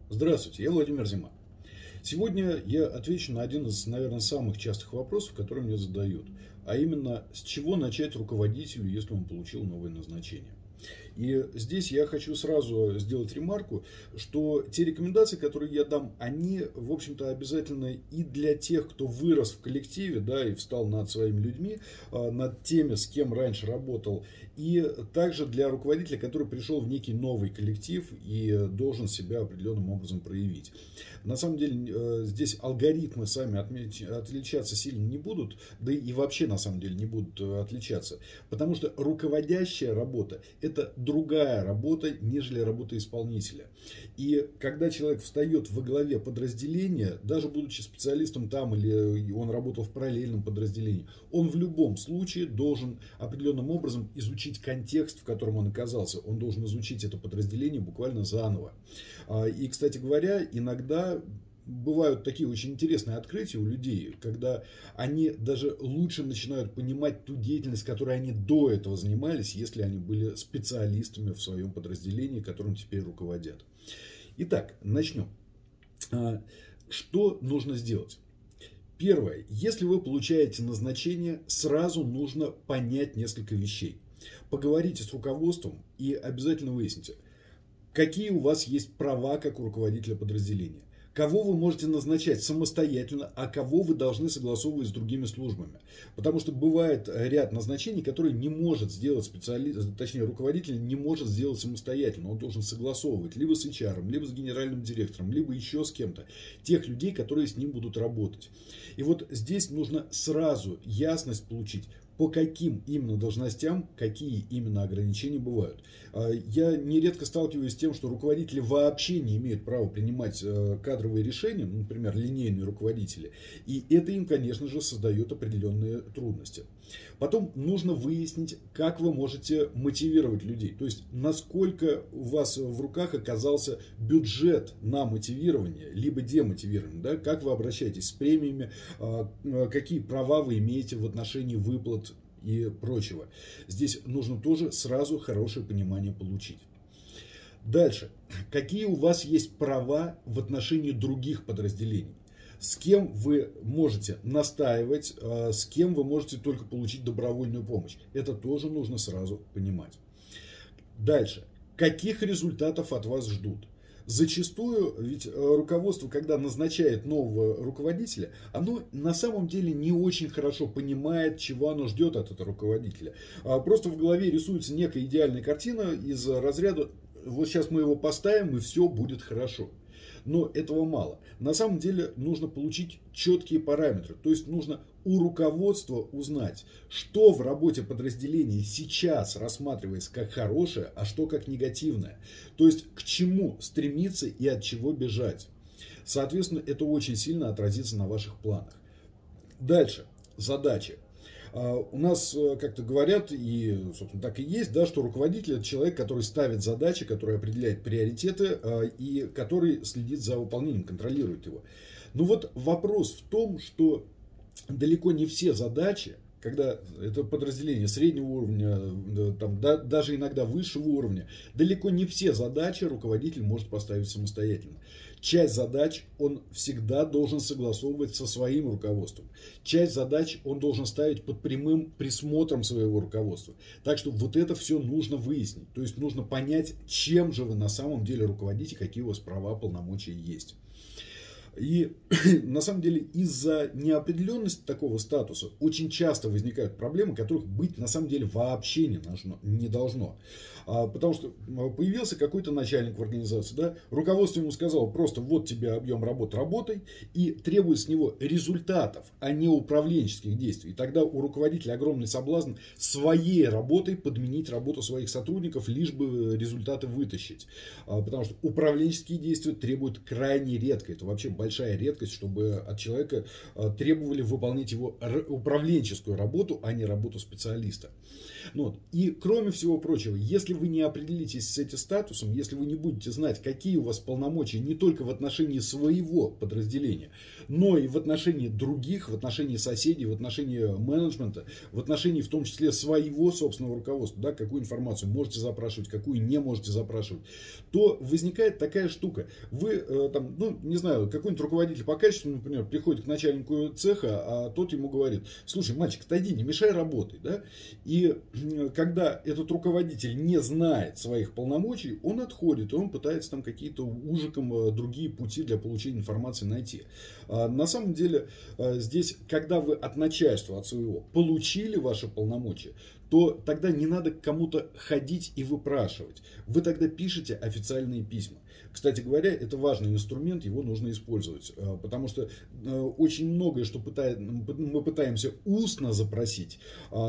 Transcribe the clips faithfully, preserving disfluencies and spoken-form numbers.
Здравствуйте, я Владимир Зима. Сегодня я отвечу на один из, наверное, самых частых вопросов, которые мне задают. А именно, с чего начать руководителю, если он получил новое назначение. И здесь я хочу сразу сделать ремарку, что те рекомендации, которые я дам, они, в общем-то, обязательны и для тех, кто вырос в коллективе, да, и встал над своими людьми, над теми, с кем раньше работал, и также для руководителя, который пришел в некий новый коллектив и должен себя определенным образом проявить. На самом деле, здесь алгоритмы сами отличаться сильно не будут, да и вообще, на самом деле, не будут отличаться, потому что руководящая работа – это другая работа, нежели работа исполнителя. И когда человек встает во главе подразделения, даже будучи специалистом там или он работал в параллельном подразделении, он в любом случае должен определенным образом изучить контекст, в котором он оказался. Он должен изучить это подразделение буквально заново. И, кстати говоря, иногда бывают такие очень интересные открытия у людей, когда они даже лучше начинают понимать ту деятельность, которой они до этого занимались, если они были специалистами в своем подразделении, которым теперь руководят. Итак, начнем. Что нужно сделать? Первое. Если вы получаете назначение, сразу нужно понять несколько вещей. Поговорите с руководством и обязательно выясните, какие у вас есть права как у руководителя подразделения. Кого вы можете назначать самостоятельно, а кого вы должны согласовывать с другими службами. Потому что бывает ряд назначений, которые не может сделать специалист, точнее руководитель не может сделать самостоятельно. Он должен согласовывать либо с эйч ар, либо с генеральным директором, либо еще с кем-то. Тех людей, которые с ним будут работать. И вот здесь нужно сразу ясность получить, по каким именно должностям, какие именно ограничения бывают. Я нередко сталкиваюсь с тем, что руководители вообще не имеют права принимать кадровые решения, например, линейные руководители. И это им, конечно же, создает определенные трудности. Потом нужно выяснить, как вы можете мотивировать людей. То есть, насколько у вас в руках оказался бюджет на мотивирование, либо демотивирование. Да? Как вы обращаетесь с премиями, какие права вы имеете в отношении выплат и прочего. Здесь нужно тоже сразу хорошее понимание получить. Дальше. Какие у вас есть права в отношении других подразделений? С кем вы можете настаивать, с кем вы можете только получить добровольную помощь. Это тоже нужно сразу понимать. Дальше. Каких результатов от вас ждут? Зачастую ведь руководство, когда назначает нового руководителя, оно на самом деле не очень хорошо понимает, чего оно ждет от этого руководителя. Просто в голове рисуется некая идеальная картина из разряда «вот сейчас мы его поставим и все будет хорошо». Но этого мало. На самом деле нужно получить четкие параметры. То есть нужно у руководства узнать, что в работе подразделения сейчас рассматривается как хорошее, а что как негативное. То есть к чему стремиться и от чего бежать. Соответственно, это очень сильно отразится на ваших планах. Дальше. Задачи. У нас как-то говорят, и собственно так и есть, да, что руководитель — это человек, который ставит задачи, который определяет приоритеты и который следит за выполнением, контролирует его. Но вот вопрос в том, что далеко не все задачи, когда это подразделение среднего уровня, там, да, даже иногда высшего уровня, далеко не все задачи руководитель может поставить самостоятельно. Часть задач он всегда должен согласовывать со своим руководством. Часть задач он должен ставить под прямым присмотром своего руководства. Так что вот это все нужно выяснить. То есть нужно понять, чем же вы на самом деле руководите, какие у вас права, полномочия есть. И на самом деле из-за неопределенности такого статуса очень часто возникают проблемы, которых быть на самом деле вообще не должно. Не должно. Потому что появился какой-то начальник в организации, да, руководство ему сказало просто: вот тебе объем работ, работай, и требует с него результатов, а не управленческих действий. И тогда у руководителя огромный соблазн своей работой подменить работу своих сотрудников, лишь бы результаты вытащить. Потому что управленческие действия требуют крайне редко. Это вообще большая редкость, чтобы от человека требовали выполнять его управленческую работу, а не работу специалиста. Ну, вот. И кроме всего прочего, если вы не определитесь с этим статусом, если вы не будете знать, какие у вас полномочия не только в отношении своего подразделения, но и в отношении других, в отношении соседей, в отношении менеджмента, в отношении в том числе своего собственного руководства, да, какую информацию можете запрашивать, какую не можете запрашивать, то возникает такая штука. Вы, э, там, ну, не знаю, какой-нибудь руководитель по качеству, например, приходит к начальнику цеха, а тот ему говорит: слушай, мальчик, отойди, не мешай работать. Да? И когда этот руководитель не знает своих полномочий, он отходит, и он пытается там какие-то ужиком другие пути для получения информации найти. На самом деле, здесь, когда вы от начальства, от своего, получили ваши полномочия, то тогда не надо к кому-то ходить и выпрашивать. Вы тогда пишете официальные письма. Кстати говоря, это важный инструмент, его нужно использовать. Потому что очень многое, что мы пытаемся устно запросить,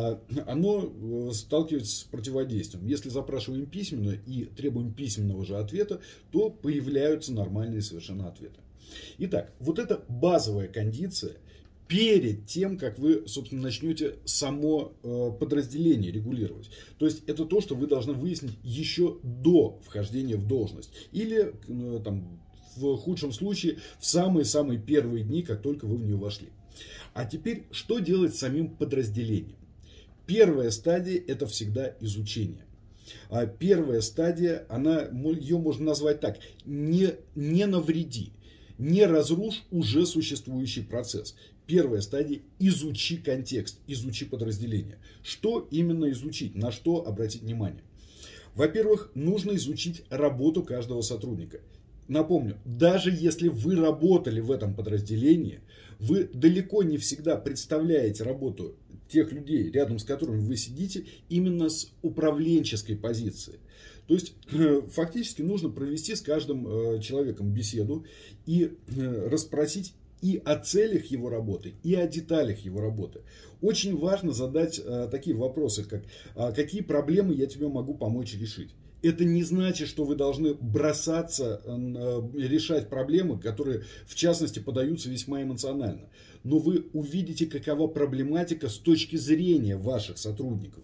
оно сталкивается с противодействием. Если запрашиваем письменно и требуем письменного же ответа, то появляются нормальные совершенно ответы. Итак, вот это базовая кондиция перед тем, как вы, собственно, начнете само подразделение регулировать. То есть это то, что вы должны выяснить еще до вхождения в должность. Или там, в худшем случае в самые-самые первые дни, как только вы в нее вошли. А теперь, что делать с самим подразделением? Первая стадия — это всегда изучение. А первая стадия, она, ее можно назвать так: не, не навреди, не разрушь уже существующий процесс. Первая стадия — изучи контекст, изучи подразделение. Что именно изучить, на что обратить внимание? Во-первых, нужно изучить работу каждого сотрудника. Напомню, даже если вы работали в этом подразделении, вы далеко не всегда представляете работу тех людей, рядом с которыми вы сидите, именно с управленческой позиции. То есть, фактически нужно провести с каждым человеком беседу и расспросить и о целях его работы, и о деталях его работы. Очень важно задать э, такие вопросы, как э, какие проблемы я тебе могу помочь решить. Это не значит, что вы должны бросаться э, решать проблемы, которые, в частности, подаются весьма эмоционально. Но вы увидите, какова проблематика с точки зрения ваших сотрудников.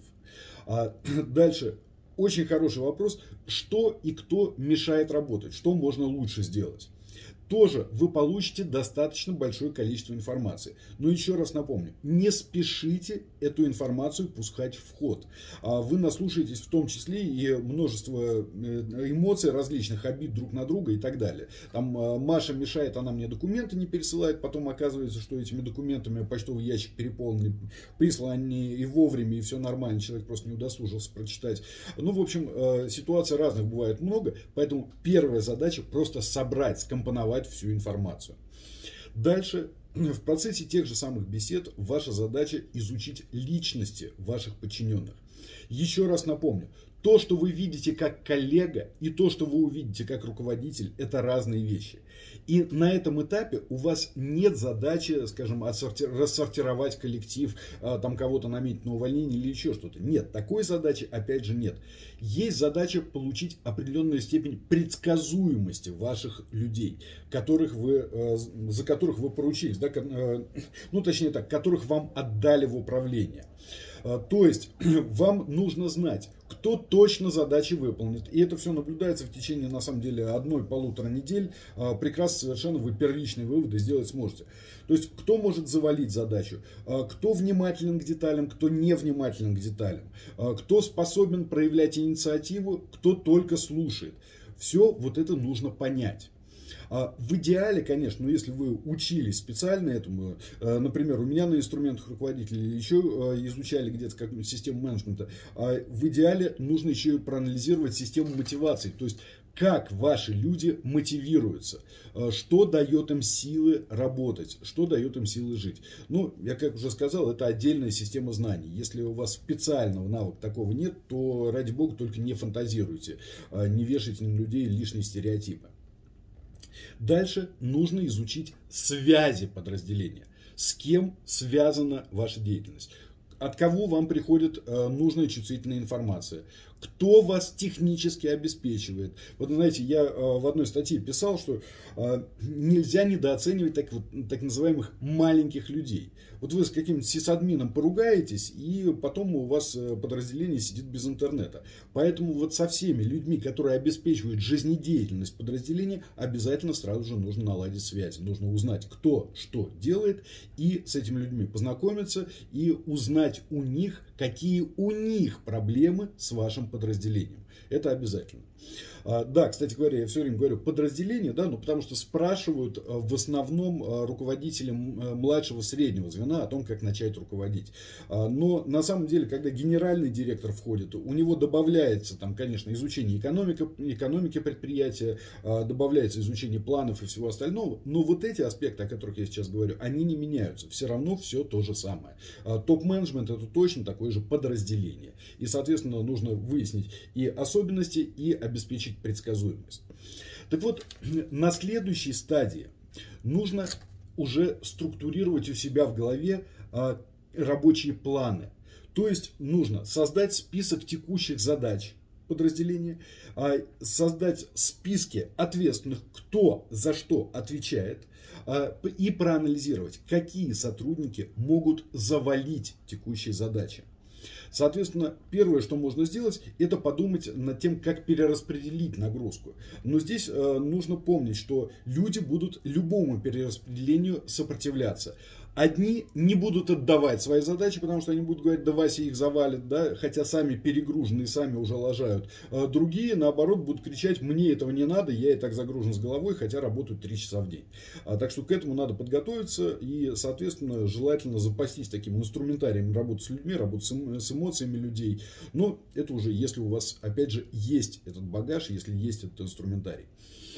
А дальше, очень хороший вопрос: что и кто мешает работать, что можно лучше сделать. Тоже вы получите достаточно большое количество информации. Но еще раз напомню, не спешите эту информацию пускать в ход. Вы наслушаетесь в том числе и множество эмоций различных, обид друг на друга и так далее. Там Маша мешает, она мне документы не пересылает, потом оказывается, что этими документами почтовый ящик переполнен, присланы они и вовремя, и все нормально, человек просто не удосужился прочитать. Ну, в общем, ситуаций разных бывает много, поэтому первая задача — просто собрать, скомпоновать всю информацию. Дальше, в процессе тех же самых бесед, ваша задача изучить личности ваших подчиненных. Еще раз напомню, то, что вы видите как коллега, и то, что вы увидите как руководитель, это разные вещи. И на этом этапе у вас нет задачи, скажем, рассортировать коллектив, там кого-то наметить на увольнение или еще что-то. Нет, такой задачи опять же нет. Есть задача получить определенную степень предсказуемости ваших людей, которых вы, за которых вы поручились, да, ну точнее так, которых вам отдали в управление. То есть вам нужно знать, кто точно задачи выполнит. И это все наблюдается в течение, на самом деле, одной-полутора недель. Прекрасно совершенно вы первичные выводы сделать сможете. То есть, кто может завалить задачу, кто внимателен к деталям, кто не внимателен к деталям, кто способен проявлять инициативу, кто только слушает. Все вот это нужно понять. В идеале, конечно, ну, если вы учились специально этому, например, у меня на инструментах руководителя еще изучали где-то какую-нибудь систему менеджмента, в идеале нужно еще и проанализировать систему мотивации, то есть как ваши люди мотивируются, что дает им силы работать, что дает им силы жить. Ну, я как уже сказал, это отдельная система знаний. Если у вас специального навыка такого нет, то, ради бога, только не фантазируйте, не вешайте на людей лишние стереотипы. Дальше нужно изучить связи подразделения. С кем связана ваша деятельность? От кого вам приходит нужная чувствительная информация? Кто вас технически обеспечивает? Вот, знаете, я в одной статье писал, что нельзя недооценивать так, вот, так называемых маленьких людей. Вот вы с каким-нибудь сисадмином поругаетесь, и потом у вас подразделение сидит без интернета. Поэтому вот со всеми людьми, которые обеспечивают жизнедеятельность подразделения, обязательно сразу же нужно наладить связи. Нужно узнать, кто что делает, и с этими людьми познакомиться, и узнать у них, какие у них проблемы с вашим подразделением. Это обязательно. Да, кстати говоря, я все время говорю подразделение, да, ну потому что спрашивают в основном руководители младшего среднего звена о том, как начать руководить. Но на самом деле, когда генеральный директор входит, у него добавляется там, конечно, изучение экономики, экономики предприятия, добавляется изучение планов и всего остального. Но вот эти аспекты, о которых я сейчас говорю, они не меняются. Все равно все то же самое. Топ-менеджмент — это точно такое же подразделение. И, соответственно, нужно выяснить и особенности, и обеспечить предсказуемость. Так вот, на следующей стадии нужно уже структурировать у себя в голове а, рабочие планы. То есть нужно создать список текущих задач подразделения, а, создать списки ответственных, кто за что отвечает, а, и проанализировать, какие сотрудники могут завалить текущие задачи. Соответственно, первое, что можно сделать, это подумать над тем, как перераспределить нагрузку. Но здесь э, нужно помнить, что люди будут любому перераспределению сопротивляться. Одни не будут отдавать свои задачи, потому что они будут говорить, да Вася их завалит, да, хотя сами перегружены и сами уже лажают. А другие, наоборот, будут кричать, мне этого не надо, я и так загружен с головой, хотя работаю три часа в день. А, так что к этому надо подготовиться и, соответственно, желательно запастись таким инструментарием работы с людьми, работы с эмоциями людей. Но это уже если у вас, опять же, есть этот багаж, если есть этот инструментарий.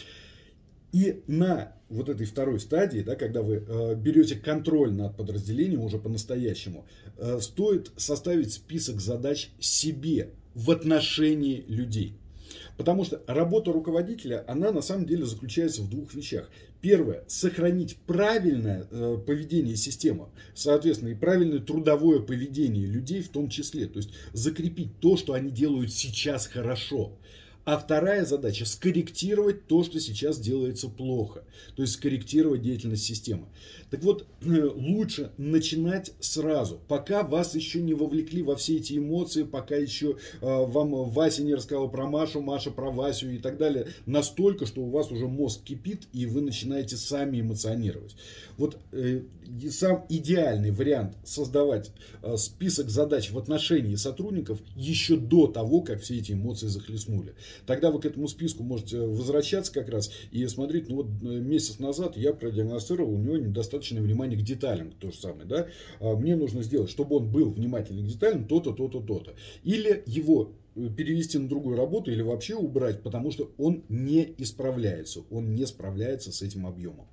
И на вот этой второй стадии, да, когда вы э, берете контроль над подразделением уже по-настоящему, э, стоит составить список задач себе в отношении людей. Потому что работа руководителя, она на самом деле заключается в двух вещах. Первое, сохранить правильное э, поведение системы, соответственно, и правильное трудовое поведение людей в том числе. То есть закрепить то, что они делают сейчас хорошо. А вторая задача — скорректировать то, что сейчас делается плохо. То есть скорректировать деятельность системы. Так вот, лучше начинать сразу, пока вас еще не вовлекли во все эти эмоции, пока еще вам Вася не рассказал про Машу, Маша про Васю и так далее. Настолько, что у вас уже мозг кипит, и вы начинаете сами эмоционировать. Вот э, сам идеальный вариант — создавать э, список задач в отношении сотрудников еще до того, как все эти эмоции захлестнули. Тогда вы к этому списку можете возвращаться как раз и смотреть, ну вот месяц назад я продиагностировал у него недостаточное внимание к деталям, то же самое, да, мне нужно сделать, чтобы он был внимательный к деталям, то-то, то-то, то-то. Или его перевести на другую работу, или вообще убрать, потому что он не исправляется, он не справляется с этим объемом.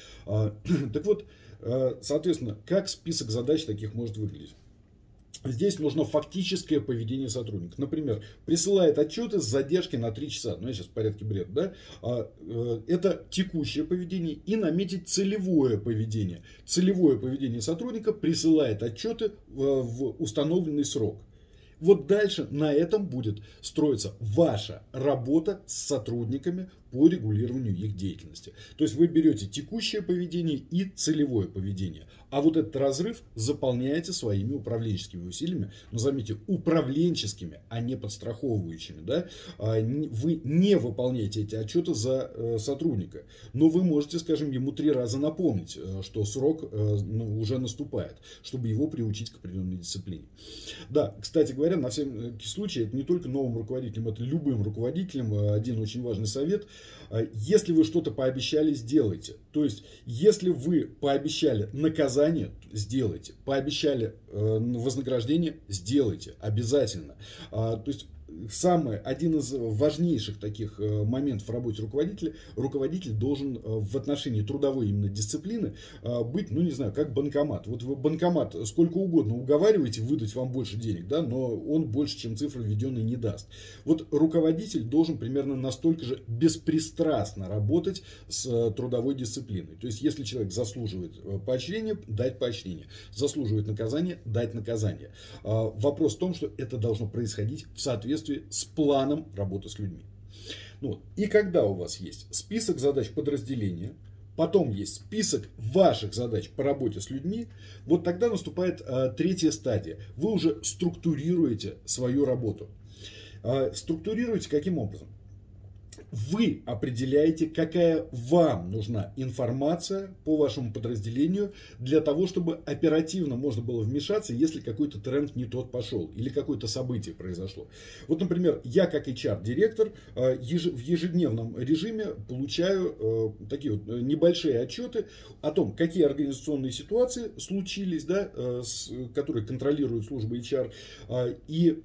Так вот, соответственно, как список задач таких может выглядеть? Здесь нужно фактическое поведение сотрудника. Например, присылает отчеты с задержкой на три часа. Ну, я сейчас в порядке бреда, да? Это текущее поведение. И наметить целевое поведение. Целевое поведение сотрудника: присылает отчеты в установленный срок. Вот дальше на этом будет строиться ваша работа с сотрудниками по регулированию их деятельности. То есть вы берете текущее поведение и целевое поведение. А вот этот разрыв заполняете своими управленческими усилиями. Но заметьте, управленческими, а не подстраховывающими. Да? Вы не выполняете эти отчеты за сотрудника. Но вы можете, скажем, ему три раза напомнить, что срок уже наступает, чтобы его приучить к определенной дисциплине. Да, кстати говоря, на всякий случай, это не только новым руководителям, это любым руководителям один очень важный совет. Если вы что-то пообещали, сделайте. То есть, если вы пообещали наказание, сделайте. Пообещали вознаграждение, сделайте. Обязательно. То есть, самый, один из важнейших таких моментов в работе руководителя: руководитель должен в отношении трудовой именно дисциплины быть, ну не знаю, как банкомат. Вот вы банкомат сколько угодно уговариваете выдать вам больше денег, да, но он больше, чем цифры введенные, не даст. Вот руководитель должен примерно настолько же беспристрастно работать с трудовой дисциплиной. То есть, если человек заслуживает поощрения, дать поощрение. Заслуживает наказания, дать наказание. Вопрос в том, что это должно происходить в соответствии соответствии с планом работы с людьми. Ну, вот. И когда у вас есть список задач подразделения, потом есть список ваших задач по работе с людьми, вот тогда наступает а, третья стадия. Вы уже структурируете свою работу. А, структурируете каким образом? Вы определяете, какая вам нужна информация по вашему подразделению для того, чтобы оперативно можно было вмешаться, если какой-то тренд не тот пошел или какое-то событие произошло. Вот, например, я как эйч ар-директор в ежедневном режиме получаю такие вот небольшие отчеты о том, какие организационные ситуации случились, да, которые контролирует служба эйч ар, и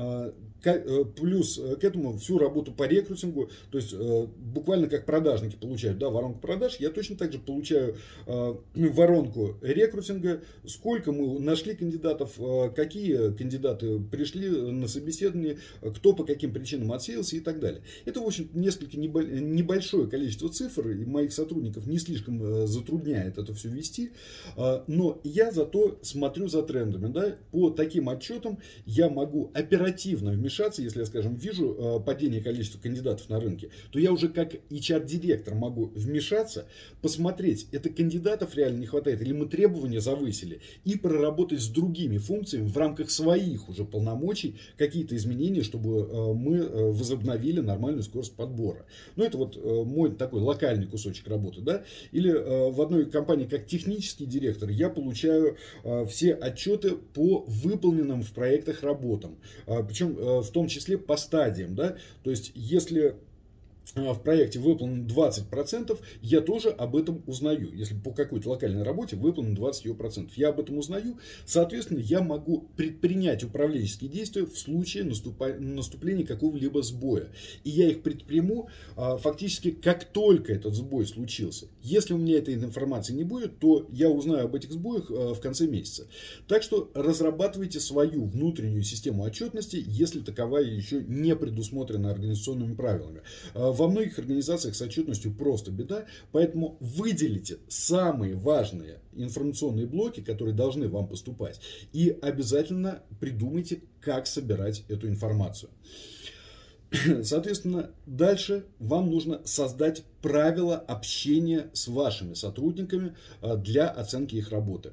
плюс к этому всю работу по рекрутингу. То есть, буквально как продажники получают, да, воронку продаж, я точно так же получаю воронку рекрутинга, сколько мы нашли кандидатов, какие кандидаты пришли на собеседование, кто по каким причинам отсеялся и так далее. Это, в общем, несколько небольшое количество цифр, и моих сотрудников не слишком затрудняет это все вести, но я зато смотрю за трендами, да, по таким отчетам я могу оперативно вмешаться, если я, скажем, вижу падение количества кандидатов на рынке, то я уже как эйч ар-директор могу вмешаться, посмотреть, это кандидатов реально не хватает, или мы требования завысили, и проработать с другими функциями в рамках своих уже полномочий какие-то изменения, чтобы мы возобновили нормальную скорость подбора. Ну, это вот мой такой локальный кусочек работы, да. Или в одной компании как технический директор я получаю все отчеты по выполненным в проектах работам, причем в том числе по стадиям, да. То есть, если в проекте выполнено двадцать процентов, я тоже об этом узнаю. Если по какой-то локальной работе выполнено двадцать процентов, я об этом узнаю. Соответственно, я могу предпринять управленческие действия в случае наступления какого-либо сбоя. И я их предприму фактически как только этот сбой случился. Если у меня этой информации не будет, то я узнаю об этих сбоях в конце месяца. Так что разрабатывайте свою внутреннюю систему отчетности, если таковая еще не предусмотрена организационными правилами. Во многих организациях с отчетностью просто беда, поэтому выделите самые важные информационные блоки, которые должны вам поступать, и обязательно придумайте, как собирать эту информацию. Соответственно, дальше вам нужно создать правила общения с вашими сотрудниками для оценки их работы.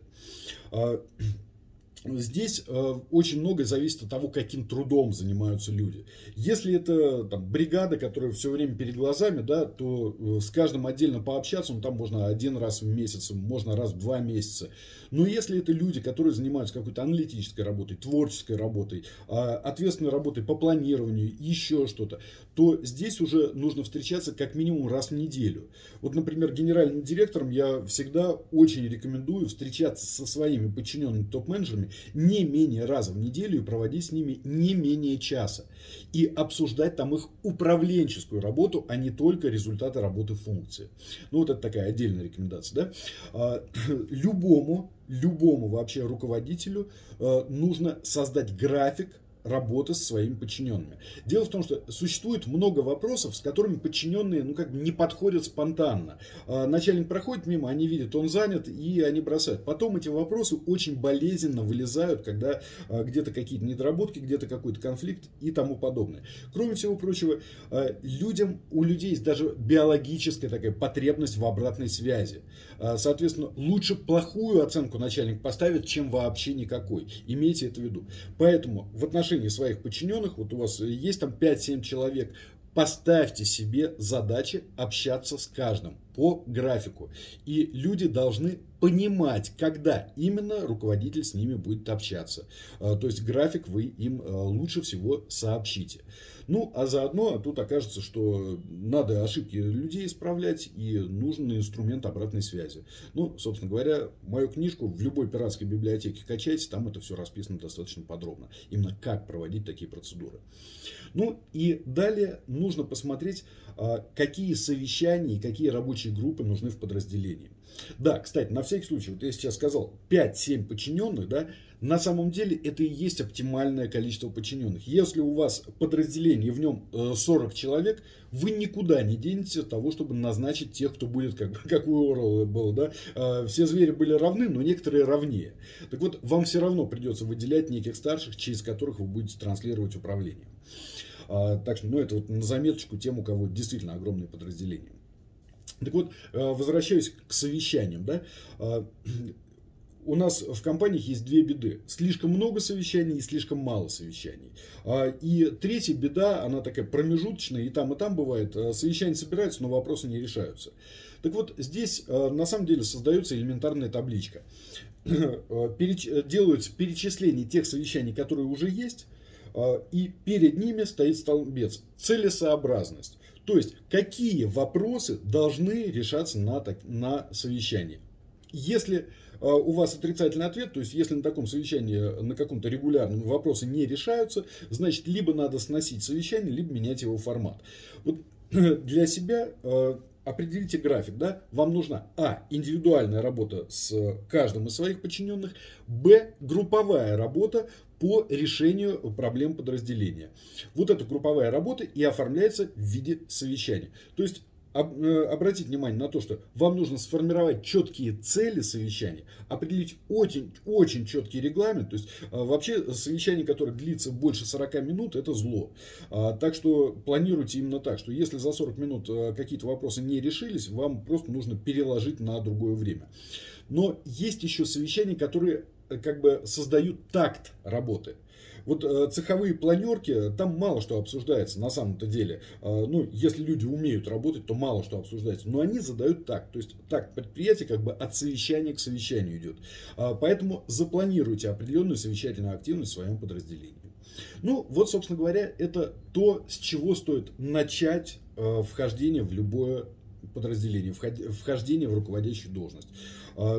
Здесь э, очень многое зависит от того, каким трудом занимаются люди. Если это там, бригада, которая все время перед глазами, да, то э, с каждым отдельно пообщаться, ну, там можно один раз в месяц, можно раз в два месяца. Но если это люди, которые занимаются какой-то аналитической работой, творческой работой, э, ответственной работой по планированию, еще что-то, то здесь уже нужно встречаться как минимум раз в неделю. Вот, например, генеральным директором я всегда очень рекомендую встречаться со своими подчиненными топ-менеджерами не менее раза в неделю и проводить с ними не менее часа. И обсуждать там их управленческую работу, а не только результаты работы функции. Ну, вот это такая отдельная рекомендация. Да? Любому, любому вообще руководителю нужно создать график работы со своими подчиненными. Дело в том, что существует много вопросов, с которыми подчиненные ну, как бы не подходят спонтанно. Начальник проходит мимо, они видят, он занят, и они бросают. Потом эти вопросы очень болезненно вылезают, когда где-то какие-то недоработки, где-то какой-то конфликт и тому подобное. Кроме всего прочего, людям, у людей есть даже биологическая такая потребность в обратной связи. Соответственно, лучше плохую оценку начальник поставит, чем вообще никакой. Имейте это в виду. Поэтому в отношении своих подчиненных, вот у вас есть там пять-семь человек, поставьте себе задачи общаться с каждым по графику. И люди должны понимать, когда именно руководитель с ними будет общаться. То есть график вы им лучше всего сообщите. Ну, а заодно тут окажется, что надо ошибки людей исправлять и нужен инструмент обратной связи. Ну, собственно говоря, мою книжку в любой пиратской библиотеке качайте, там это все расписано достаточно подробно. Именно как проводить такие процедуры. Ну, и далее нужно посмотреть, какие совещания и какие рабочие группы нужны в подразделении. Да, кстати, на всякий случай, вот я сейчас сказал пять-семь подчиненных, да, на самом деле это и есть оптимальное количество подчиненных. Если у вас подразделение, в нем сорок человек, вы никуда не денетесь от того, чтобы назначить тех, кто будет, как, как у Орла было, да, все звери были равны, но некоторые равнее. Так вот, вам все равно придется выделять неких старших, через которых вы будете транслировать управление. Так что, ну, это вот на заметочку тем, у кого действительно огромные подразделения. Так вот, возвращаюсь к совещаниям, да. У нас в компаниях есть две беды. Слишком много совещаний и слишком мало совещаний. И третья беда, она такая промежуточная, и там, и там бывает. Совещания собираются, но вопросы не решаются. Так вот, здесь на самом деле создается элементарная табличка. Делаются перечисления тех совещаний, которые уже есть, и перед ними стоит столбец целесообразность. То есть, какие вопросы должны решаться на, на совещании. Если у вас отрицательный ответ, то есть если на таком совещании, на каком-то регулярном вопросы не решаются, значит, либо надо сносить совещание, либо менять его формат. Вот для себя определите график, да? Вам нужна а. индивидуальная работа с каждым из своих подчиненных, б. групповая работа по решению проблем подразделения. Вот эта групповая работа и оформляется в виде совещания. То есть обратите внимание на то, что вам нужно сформировать четкие цели совещания, определить очень, очень четкий регламент. То есть вообще совещание, которое длится больше сорока минут, это зло. Так что планируйте именно так, что если за сорок минут какие-то вопросы не решились, вам просто нужно переложить на другое время. Но есть еще совещания, которые как бы создают такт работы. Вот э, цеховые планерки, там мало что обсуждается на самом-то деле. Э, ну, если люди умеют работать, то мало что обсуждается. Но они задают такт. То есть такт предприятия как бы от совещания к совещанию идет. Э, поэтому запланируйте определенную совещательную активность в своем подразделении. Ну, вот, собственно говоря, это то, с чего стоит начать э, вхождение в любое подразделение, вхождение в руководящую должность. Э,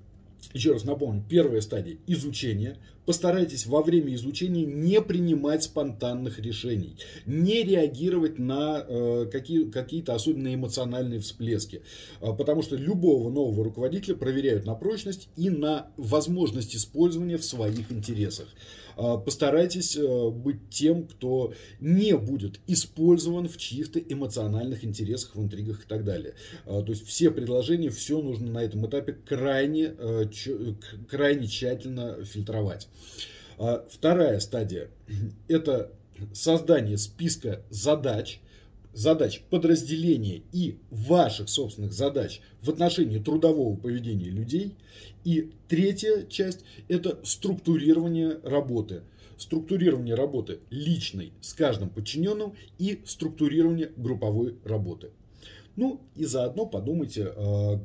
Еще раз напомню, первая стадия – изучение. Постарайтесь во время изучения не принимать спонтанных решений, не реагировать на э, какие, какие-то особенно эмоциональные всплески. Э, потому что любого нового руководителя проверяют на прочность и на возможность использования в своих интересах. Э, постарайтесь э, быть тем, кто не будет использован в чьих-то эмоциональных интересах, в интригах и так далее. Э, то есть все предложения, все нужно на этом этапе крайне, э, ч, крайне тщательно фильтровать. Вторая стадия – это создание списка задач, задач подразделения и ваших собственных задач в отношении трудового поведения людей. И третья часть – это структурирование работы. Структурирование работы личной с каждым подчиненным и структурирование групповой работы. Ну и заодно подумайте э,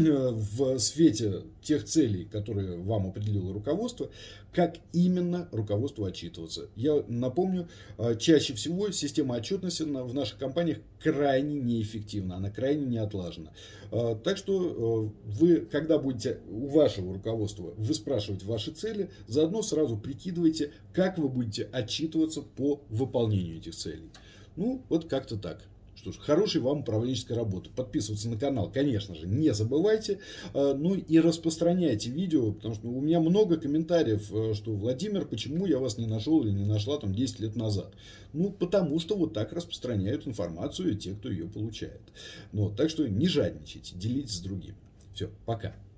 в свете тех целей, которые вам определило руководство, как именно руководству отчитываться. Я напомню, э, чаще всего система отчетности в наших компаниях крайне неэффективна, она крайне не отлажена. Э, так что э, вы, когда будете у вашего руководства выспрашивать ваши цели, заодно сразу прикидывайте, как вы будете отчитываться по выполнению этих целей. Ну, вот как-то так. Что ж, хорошей вам управленческой работы. Подписываться на канал, конечно же, не забывайте. Ну и распространяйте видео, потому что у меня много комментариев, что Владимир, почему я вас не нашел или не нашла там десять лет назад. Ну, потому что вот так распространяют информацию те, кто ее получает. Ну, так что не жадничайте, делитесь с другими. Все, пока.